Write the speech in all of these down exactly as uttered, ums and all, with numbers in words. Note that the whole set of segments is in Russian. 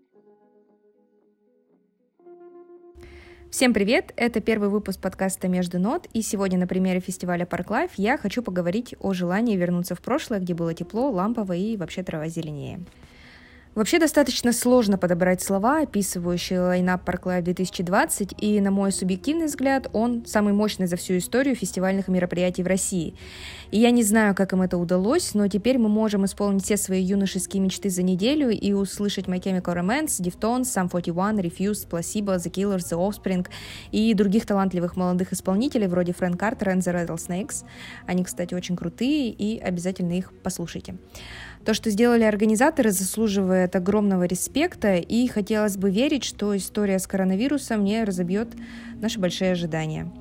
Всем привет! Это первый выпуск подкаста «Между нот», и сегодня на примере фестиваля Park Life я хочу поговорить о желании вернуться в прошлое, где было тепло, лампово и вообще трава зеленее. Вообще достаточно сложно подобрать слова, описывающие лайнап Park Life две тысячи двадцать, и, на мой субъективный взгляд, он самый мощный за всю историю фестивальных мероприятий в России. И я не знаю, как им это удалось, но теперь мы можем исполнить все свои юношеские мечты за неделю и услышать My Chemical Romance, Deftones, Sum сорок один, Refused, Placebo, The Killers, The Offspring и других талантливых молодых исполнителей вроде Фрэнк Картер и The Rattlesnakes. Они, кстати, очень крутые, и обязательно их послушайте. То, что сделали организаторы, заслуживает огромного респекта, и хотелось бы верить, что история с коронавирусом не разобьет наши большие ожидания.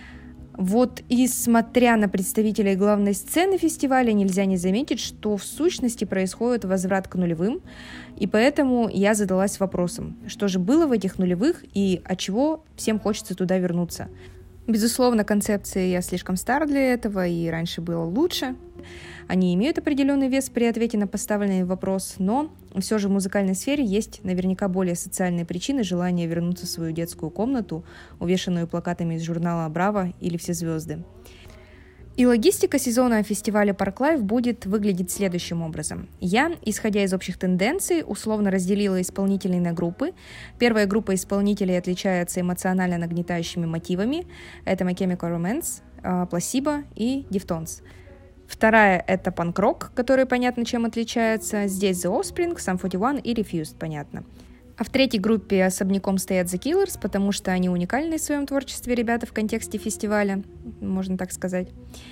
Вот и смотря на представителей главной сцены фестиваля, нельзя не заметить, что в сущности происходит возврат к нулевым, и поэтому я задалась вопросом, что же было в этих нулевых и от чего всем хочется туда вернуться. Безусловно, концепции «я слишком стар для этого» и «раньше было лучше». Они имеют определенный вес при ответе на поставленный вопрос, но все же в музыкальной сфере есть наверняка более социальные причины желания вернуться в свою детскую комнату, увешанную плакатами из журнала «Браво» или «Все звезды». И логистика сезона фестиваля Park Life будет выглядеть следующим образом. Я, исходя из общих тенденций, условно разделила исполнителей на группы. Первая группа исполнителей отличается эмоционально нагнетающими мотивами. Это My Chemical Romance, Placebo и Deftones. Вторая — это панк-рок, который понятно чем отличается. Здесь The Offspring, Sum сорок один и Refused, понятно. А в третьей группе особняком стоят The Killers, потому что они уникальны в своем творчестве ребята в контексте фестиваля, можно так сказать.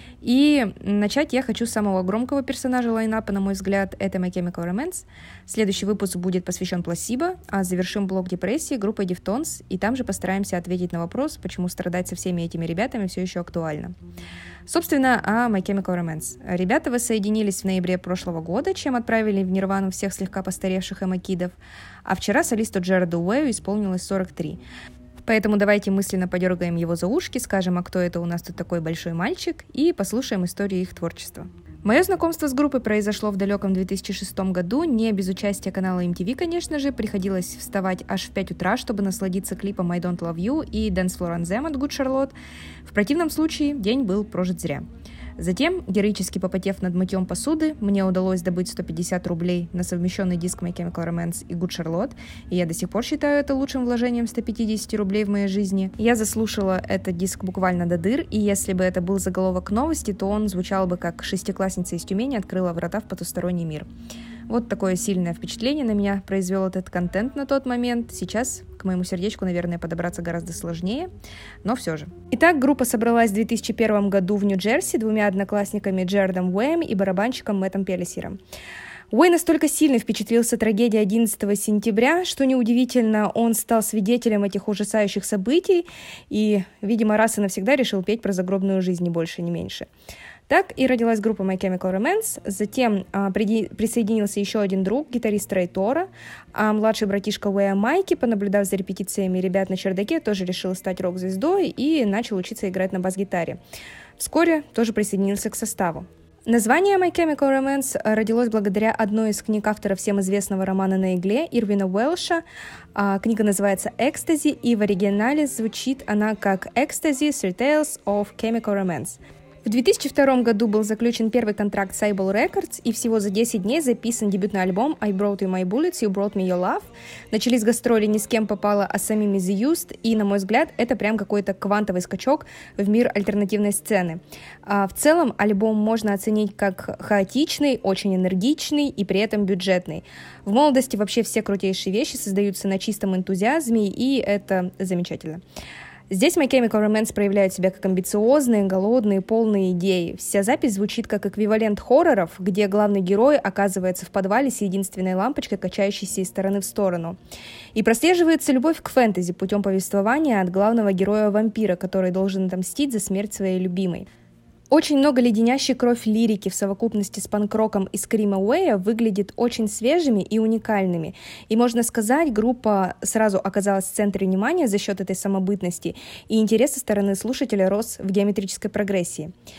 И начать я хочу с самого громкого персонажа лайнапа, на мой взгляд, это My Chemical Romance. Следующий выпуск будет посвящен Placebo, а завершим блок депрессии группой Deftones, и там же постараемся ответить на вопрос, почему страдать со всеми этими ребятами все еще актуально. Собственно, о My Chemical Romance. Ребята воссоединились в ноябре прошлого года, чем отправили в нирвану всех слегка постаревших эмо-кидов, а вчера солисту Джареду Уэю исполнилось сорок три. Поэтому давайте мысленно подергаем его за ушки, скажем, а кто это у нас тут такой большой мальчик, и послушаем историю их творчества. Мое знакомство с группой произошло в далеком две тысячи шестом году, не без участия канала эм ти ви, конечно же, приходилось вставать аж в пять утра, чтобы насладиться клипом I Don't Love You и Dance Floor Anthem от Good Charlotte. В противном случае день был прожит зря. Затем, героически попотев над мытьем посуды, мне удалось добыть сто пятьдесят рублей на совмещенный диск My Chemical Romance и Good Charlotte, и я до сих пор считаю это лучшим вложением сто пятьдесят рублей в моей жизни. Я заслушала этот диск буквально до дыр, и если бы это был заголовок новости, то он звучал бы как «Шестиклассница из Тюмени открыла врата в потусторонний мир». Вот такое сильное впечатление на меня произвел этот контент на тот момент. Сейчас к моему сердечку, наверное, подобраться гораздо сложнее, но все же. Итак, группа собралась в две тысячи первом году в Нью-Джерси двумя одноклассниками Джаредом Уэем и барабанщиком Мэттом Пелесиром. Уэй настолько сильно впечатлился трагедией одиннадцатого сентября, что неудивительно, он стал свидетелем этих ужасающих событий и, видимо, раз и навсегда решил петь про загробную жизнь, ни больше, ни меньше. Так и родилась группа My Chemical Romance, затем а, приди, присоединился еще один друг, гитарист Рэй Тора, а младший братишка Уэя Майки, понаблюдав за репетициями ребят на чердаке, тоже решил стать рок-звездой и начал учиться играть на бас-гитаре. Вскоре тоже присоединился к составу. Название My Chemical Romance родилось благодаря одной из книг автора всем известного романа «На игле» Ирвина Уэлша. А, книга называется «Экстази», и в оригинале звучит она как «Ecstasy, Three Tales of Chemical Romance». В две тысячи втором году был заключен первый контракт с Able Records, и всего за десять дней записан дебютный альбом I Brought You My Bullets, You Brought Me Your Love. Начались гастроли «Ни с кем попало», а самими The Used, и, на мой взгляд, это прям какой-то квантовый скачок в мир альтернативной сцены. А в целом альбом можно оценить как хаотичный, очень энергичный и при этом бюджетный. В молодости вообще все крутейшие вещи создаются на чистом энтузиазме, и это замечательно. Здесь My Chemical Romance проявляют себя как амбициозные, голодные, полные идеи. Вся запись звучит как эквивалент хорроров, где главный герой оказывается в подвале с единственной лампочкой, качающейся из стороны в сторону. И прослеживается любовь к фэнтези путем повествования от главного героя-вампира, который должен отомстить за смерть своей любимой. Очень много леденящей кровь лирики в совокупности с панк-роком и скрима Уэя выглядит очень свежими и уникальными. И, можно сказать, группа сразу оказалась в центре внимания за счет этой самобытности, и интерес со стороны слушателя рос в геометрической прогрессии.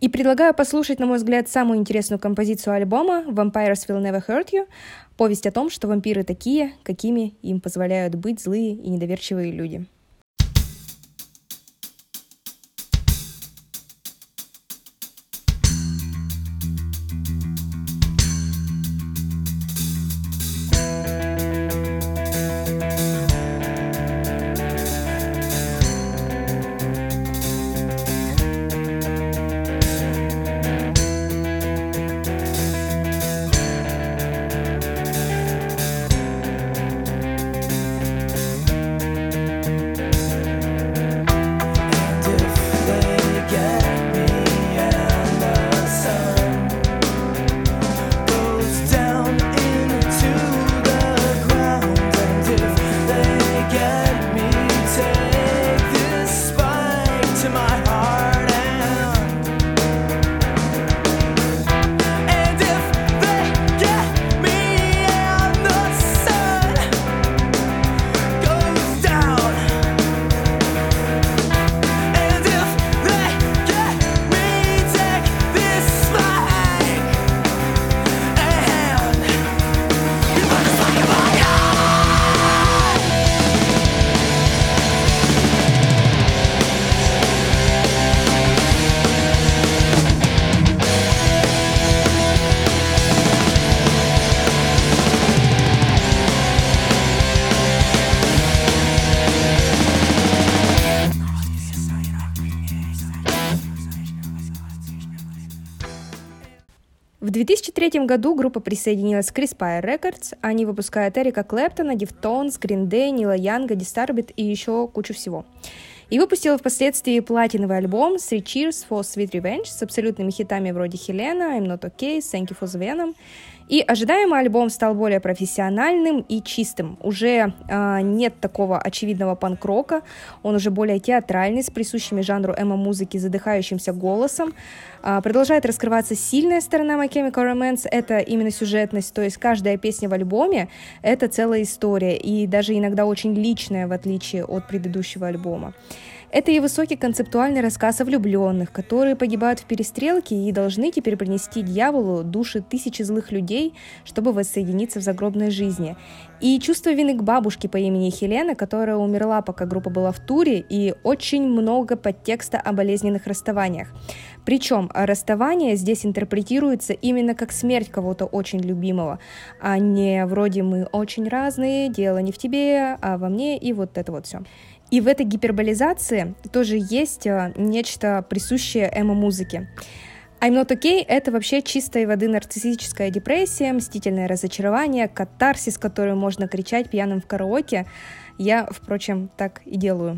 И предлагаю послушать, на мой взгляд, самую интересную композицию альбома «Vampires Will Never Hurt You», повесть о том, что вампиры такие, какими им позволяют быть злые и недоверчивые люди. В две тысячи третьем году группа присоединилась к Crispire Records. Они выпускают Эрика Клэптона, Deftones, Green Day, Нила Янга, Disturbed и еще кучу всего. И выпустила впоследствии платиновый альбом Three Cheers for Sweet Revenge с абсолютными хитами вроде Helena, I'm Not Okay, Thank You for the Venom. И ожидаемо альбом стал более профессиональным и чистым. Уже э, нет такого очевидного панк-рока, он уже более театральный, с присущими жанру эмо-музыки задыхающимся голосом. Э, продолжает раскрываться сильная сторона My Chemical Romance, это именно сюжетность, то есть каждая песня в альбоме — это целая история, и даже иногда очень личная, в отличие от предыдущего альбома. Это и высокий концептуальный рассказ о влюбленных, которые погибают в перестрелке и должны теперь принести дьяволу души тысячи злых людей, чтобы воссоединиться в загробной жизни. И чувство вины к бабушке по имени Хелена, которая умерла, пока группа была в туре, и очень много подтекста о болезненных расставаниях. Причем расставание здесь интерпретируется именно как смерть кого-то очень любимого, а не вроде «мы очень разные, дело не в тебе, а во мне» и вот это вот все. И в этой гиперболизации тоже есть нечто присущее эмо-музыке. I'm Not Okay — это вообще чистой воды нарциссическая депрессия, мстительное разочарование, катарсис, который можно кричать пьяным в караоке. Я, впрочем, так и делаю.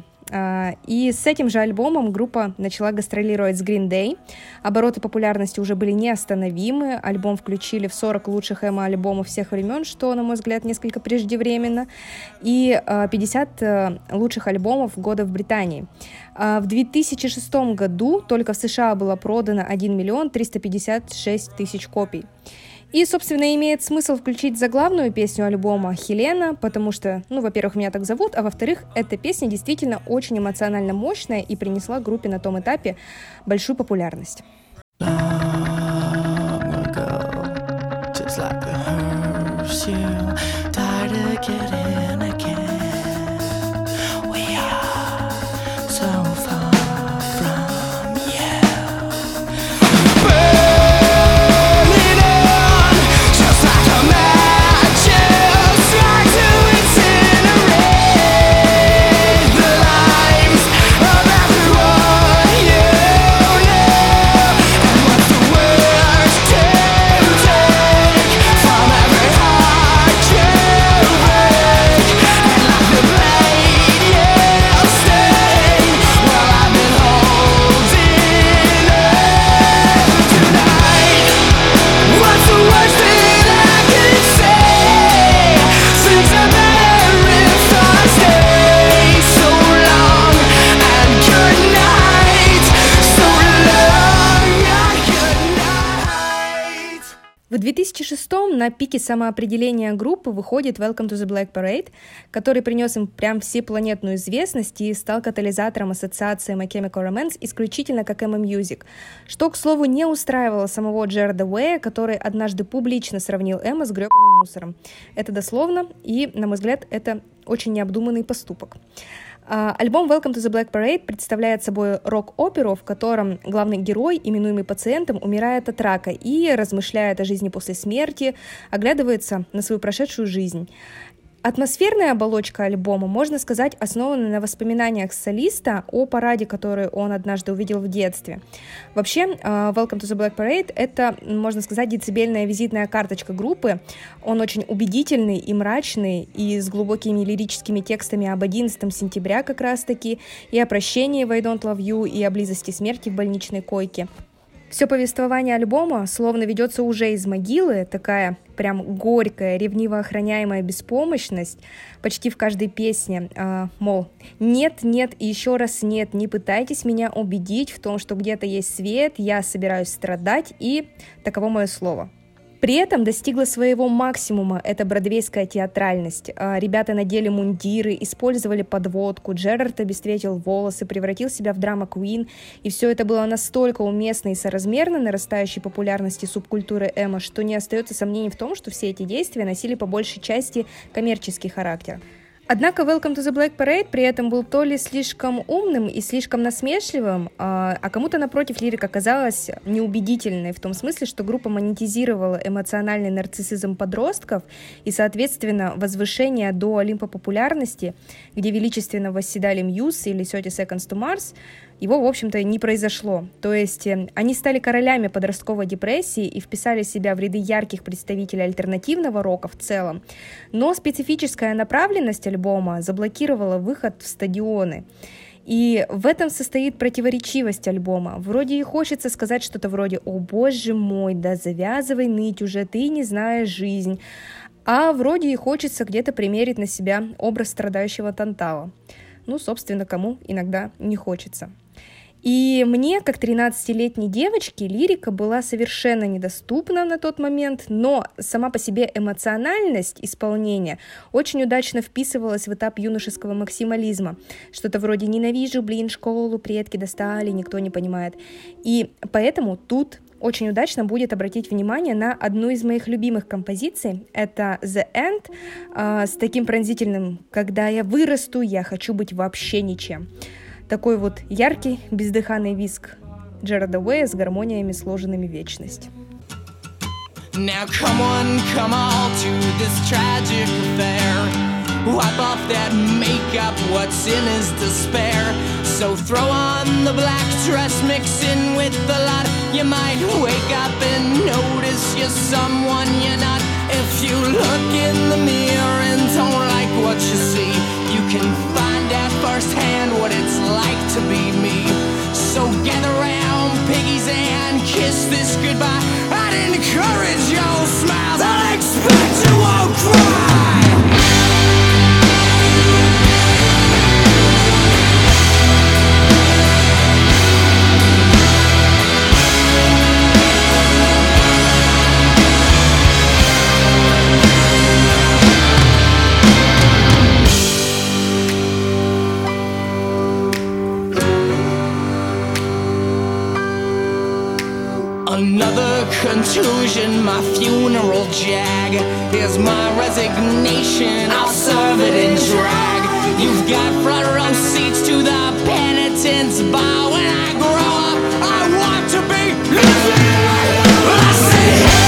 И с этим же альбомом группа начала гастролировать с Green Day. Обороты популярности уже были неостановимы. Альбом включили в сорок лучших эмо-альбомов всех времен, что, на мой взгляд, несколько преждевременно. И пятьдесят лучших альбомов года в Британии. В две тысячи шестом году только в США было продано один миллион триста пятьдесят шесть тысяч копий. И, собственно, имеет смысл включить заглавную песню альбома «Хелена», потому что, ну, во-первых, меня так зовут, а во-вторых, эта песня действительно очень эмоционально мощная и принесла группе на том этапе большую популярность. Away. тысячи шестом на пике самоопределения группы выходит Welcome to the Black Parade, который принес им прям всепланетную известность и стал катализатором ассоциации My Chemical Romance исключительно как эмо-мьюзик, что, к слову, не устраивало самого Джерарда Уэя, который однажды публично сравнил эмо с гребаным мусором. Это дословно, и, на мой взгляд, это очень необдуманный поступок. Альбом Welcome to the Black Parade представляет собой рок-оперу, в котором главный герой, именуемый пациентом, умирает от рака и размышляет о жизни после смерти, оглядывается на свою прошедшую жизнь. Атмосферная оболочка альбома, можно сказать, основана на воспоминаниях солиста о параде, который он однажды увидел в детстве. Вообще, Welcome to the Black Parade — это, можно сказать, децибельная визитная карточка группы. Он очень убедительный и мрачный, и с глубокими лирическими текстами об одиннадцатого сентября как раз-таки, и о прощении в I Don't Love You, и о близости смерти в больничной койке. Все повествование альбома словно ведется уже из могилы, такая прям горькая, ревниво охраняемая беспомощность почти в каждой песне, э, мол, нет, нет и еще раз нет, не пытайтесь меня убедить в том, что где-то есть свет, я собираюсь страдать, и таково мое слово. При этом достигла своего максимума эта бродвейская театральность. Ребята надели мундиры, использовали подводку, Джерард обесцветил волосы, превратил себя в драма-квин, и все это было настолько уместно и соразмерно нарастающей популярности субкультуры эмо, что не остается сомнений в том, что все эти действия носили по большей части коммерческий характер. Однако Welcome to the Black Parade при этом был то ли слишком умным и слишком насмешливым, а кому-то, напротив, лирика казалась неубедительной в том смысле, что группа монетизировала эмоциональный нарциссизм подростков и, соответственно, возвышение до Олимпа популярности, где величественно восседали Muse или thirty seconds to Mars, его, в общем-то, не произошло. То есть они стали королями подростковой депрессии и вписали себя в ряды ярких представителей альтернативного рока в целом. Но специфическая направленность альбома заблокировала выход в стадионы. И в этом состоит противоречивость альбома. Вроде и хочется сказать что-то вроде «О, боже мой, да завязывай ныть уже, ты не знаешь жизнь». А вроде и хочется где-то примерить на себя образ страдающего Тантала. Ну, собственно, кому иногда не хочется. И мне, как тринадцатилетней девочке, лирика была совершенно недоступна на тот момент, но сама по себе эмоциональность исполнения очень удачно вписывалась в этап юношеского максимализма. Что-то вроде «ненавижу, блин, школу, предки достали, никто не понимает». И поэтому тут очень удачно будет обратить внимание на одну из моих любимых композиций. Это «The End» э, с таким пронзительным «Когда я вырасту, я хочу быть вообще ничем». Такой вот яркий, бездыханный визг Джерарда Уэя с гармониями, сложенными в вечность. Now come on, come all to this tragic affair. Wipe off that makeup, what's in is despair. So throw on the black dress, mix in with the lot. You might wake up and notice you're someone you're not. If you look in the mirror and don't like what you see, you can find out firsthand what it's like to be me. So gather round, piggies, and kiss this goodbye. I'd encourage your smiles, I'd expect you won't cry. Another contusion, my funeral jag. Here's my resignation, I'll serve it in drag. You've got front row seats to the penitence bar. When I grow up, I want to be living. I say,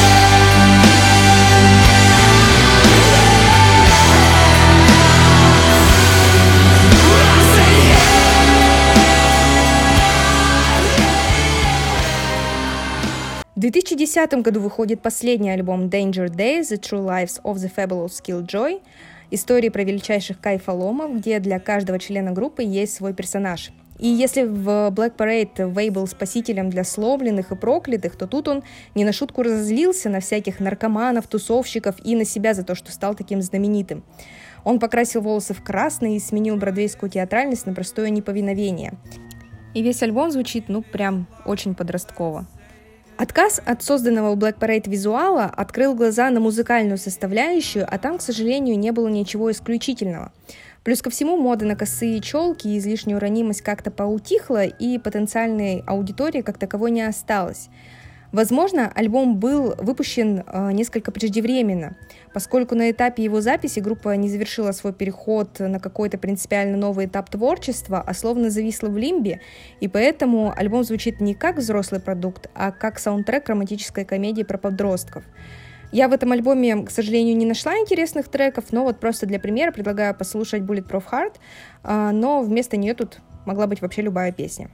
В две тысячи десятом году выходит последний альбом Danger Days, The True Lives of the Fabulous Killjoy, истории про величайших кайфоломов, где для каждого члена группы есть свой персонаж. И если в Black Parade Вэй был спасителем для сломленных и проклятых, то тут он не на шутку разозлился на всяких наркоманов, тусовщиков и на себя за то, что стал таким знаменитым. Он покрасил волосы в красный и сменил бродвейскую театральность на простое неповиновение. И весь альбом звучит, ну, прям очень подростково. Отказ от созданного у Black Parade визуала открыл глаза на музыкальную составляющую, а там, к сожалению, не было ничего исключительного. Плюс ко всему, мода на косые челки и излишнюю ранимость как-то поутихла, и потенциальной аудитории как таковой не осталось. Возможно, альбом был выпущен э, несколько преждевременно, поскольку на этапе его записи группа не завершила свой переход на какой-то принципиально новый этап творчества, а словно зависла в лимбе, и поэтому альбом звучит не как взрослый продукт, а как саундтрек романтической комедии про подростков. Я в этом альбоме, к сожалению, не нашла интересных треков, но вот просто для примера предлагаю послушать Bulletproof Heart, э, но вместо нее тут могла быть вообще любая песня.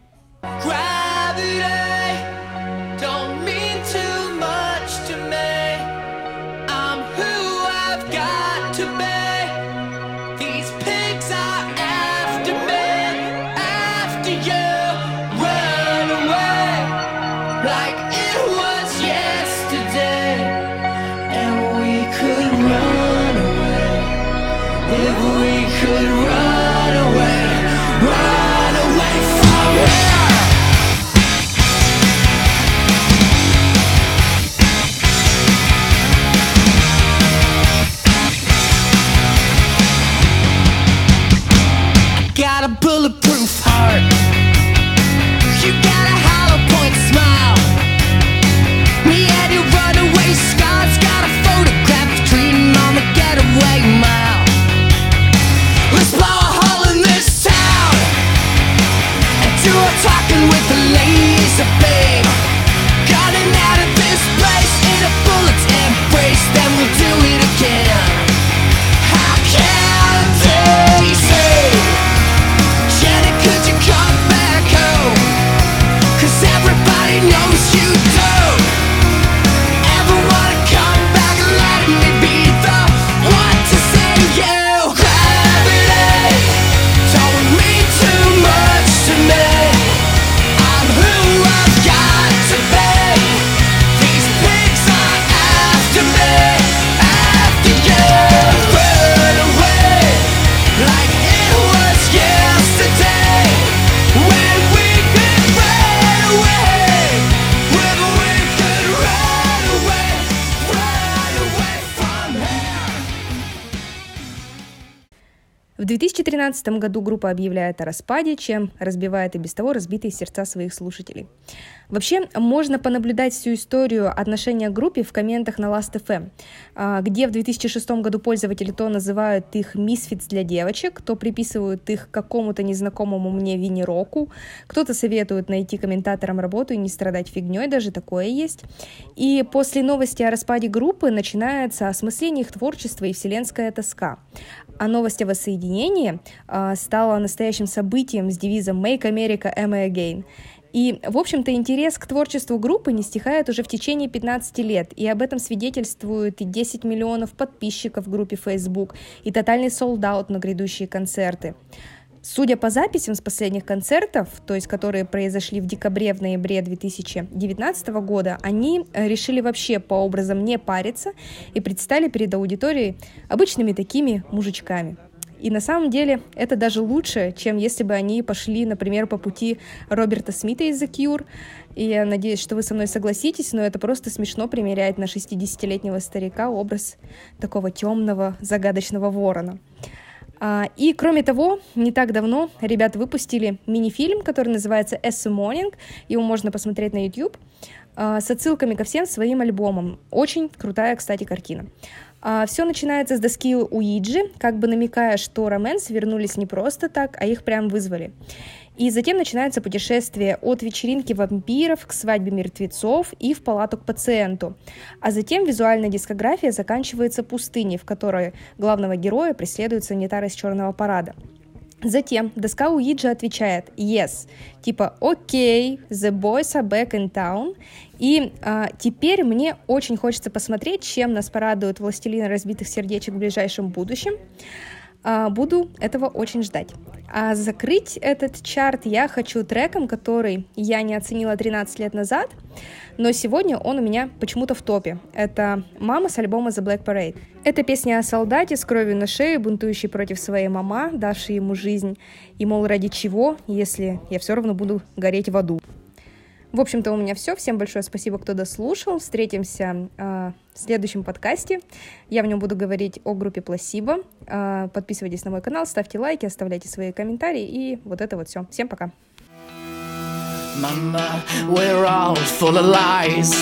Got a bulletproof heart. You got a hollow point smile. Me and your runaway scars. Got a photograph of treating on the getaway mile. Let's blow a hole in this town and do a talking with the laser beam. Gunning out of this place in a bullet's embrace. Then we'll do it again. How can they say? Could you come back home? 'Cause everybody knows you don't ever wanna come back and let me be the one to save you. Gravity don't mean too much to me. I'm who I've got to be. These pigs are after me, after you. Run away like it was yesterday. В две тысячи тринадцатом году группа объявляет о распаде, чем разбивает и без того разбитые сердца своих слушателей. Вообще, можно понаблюдать всю историю отношения к группе в комментах на Last эф эм, где в две тысячи шестом году пользователи то называют их «Misfits для девочек», то приписывают их какому-то незнакомому мне Винни-Року, кто-то советует найти комментаторам работу и не страдать фигней, даже такое есть. И после новости о распаде группы начинается осмысление их творчества и вселенская тоска. А новость о воссоединении э, стала настоящим событием с девизом «Make America Emma Again». И, в общем-то, интерес к творчеству группы не стихает уже в течение пятнадцати лет, и об этом свидетельствуют и десять миллионов подписчиков в группе Facebook, и тотальный солд-аут на грядущие концерты. Судя по записям с последних концертов, то есть которые произошли в декабре, в ноябре две тысячи девятнадцатого года, они решили вообще по образам не париться и предстали перед аудиторией обычными такими мужичками. И на самом деле это даже лучше, чем если бы они пошли, например, по пути Роберта Смита из The Cure. И я надеюсь, что вы со мной согласитесь, но это просто смешно примерять на шестидесятилетнего старика образ такого темного, загадочного ворона. И, кроме того, не так давно ребята выпустили мини-фильм, который называется «As a Morning», его можно посмотреть на YouTube, с отсылками ко всем своим альбомам. Очень крутая, кстати, картина. Все начинается с доски Уиджи, как бы намекая, что Ромэнс вернулись не просто так, а их прям вызвали. И затем начинается путешествие от вечеринки вампиров к свадьбе мертвецов и в палату к пациенту. А затем визуальная дискография заканчивается пустыней, в которой главного героя преследует санитар из черного парада. Затем доска Уиджи отвечает «Yes», типа «Окей, the boys are back in town». И а, теперь мне очень хочется посмотреть, чем нас порадует «Властелин разбитых сердечек» в ближайшем будущем. А, буду этого очень ждать. А закрыть этот чарт я хочу треком, который я не оценила тринадцать лет назад, но сегодня он у меня почему-то в топе. Это «Мама» с альбома The Black Parade. Это песня о солдате с кровью на шее, бунтующей против своей мамы, давшей ему жизнь. И, мол, ради чего, если я все равно буду гореть в аду. В общем-то, у меня все. Всем большое спасибо, кто дослушал. Встретимся э, в следующем подкасте. Я в нем буду говорить о группе Placebo. Э, подписывайтесь на мой канал, ставьте лайки, оставляйте свои комментарии. И вот это вот все. Всем пока. Mama, we're all full of lies.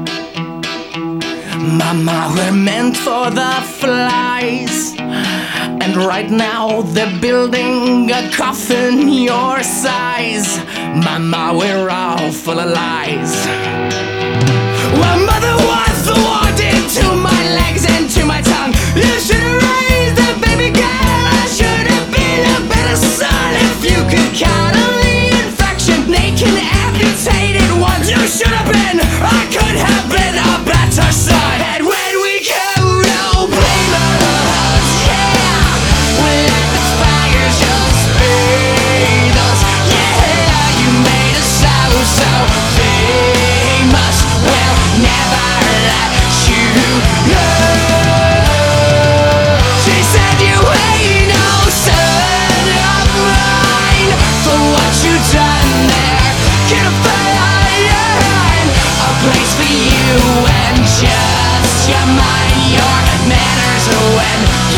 Mama, we're meant for the flies. And right now they're building a coffin your size. Mama, we're all full of lies. Well, mother was the walked into my legs and to my tongue. You should have raised a baby girl. I should have been a better son. If you could count on the infection, naked, amputated ones. You should have been, I could have been a better son. And when we go to blame us, yeah, we let the fire just feed us. Yeah, you made us so, so famous. We'll never let you go. She said you ain't no son of mine. For what you done there, can't find a place for you and just your mind, your manners when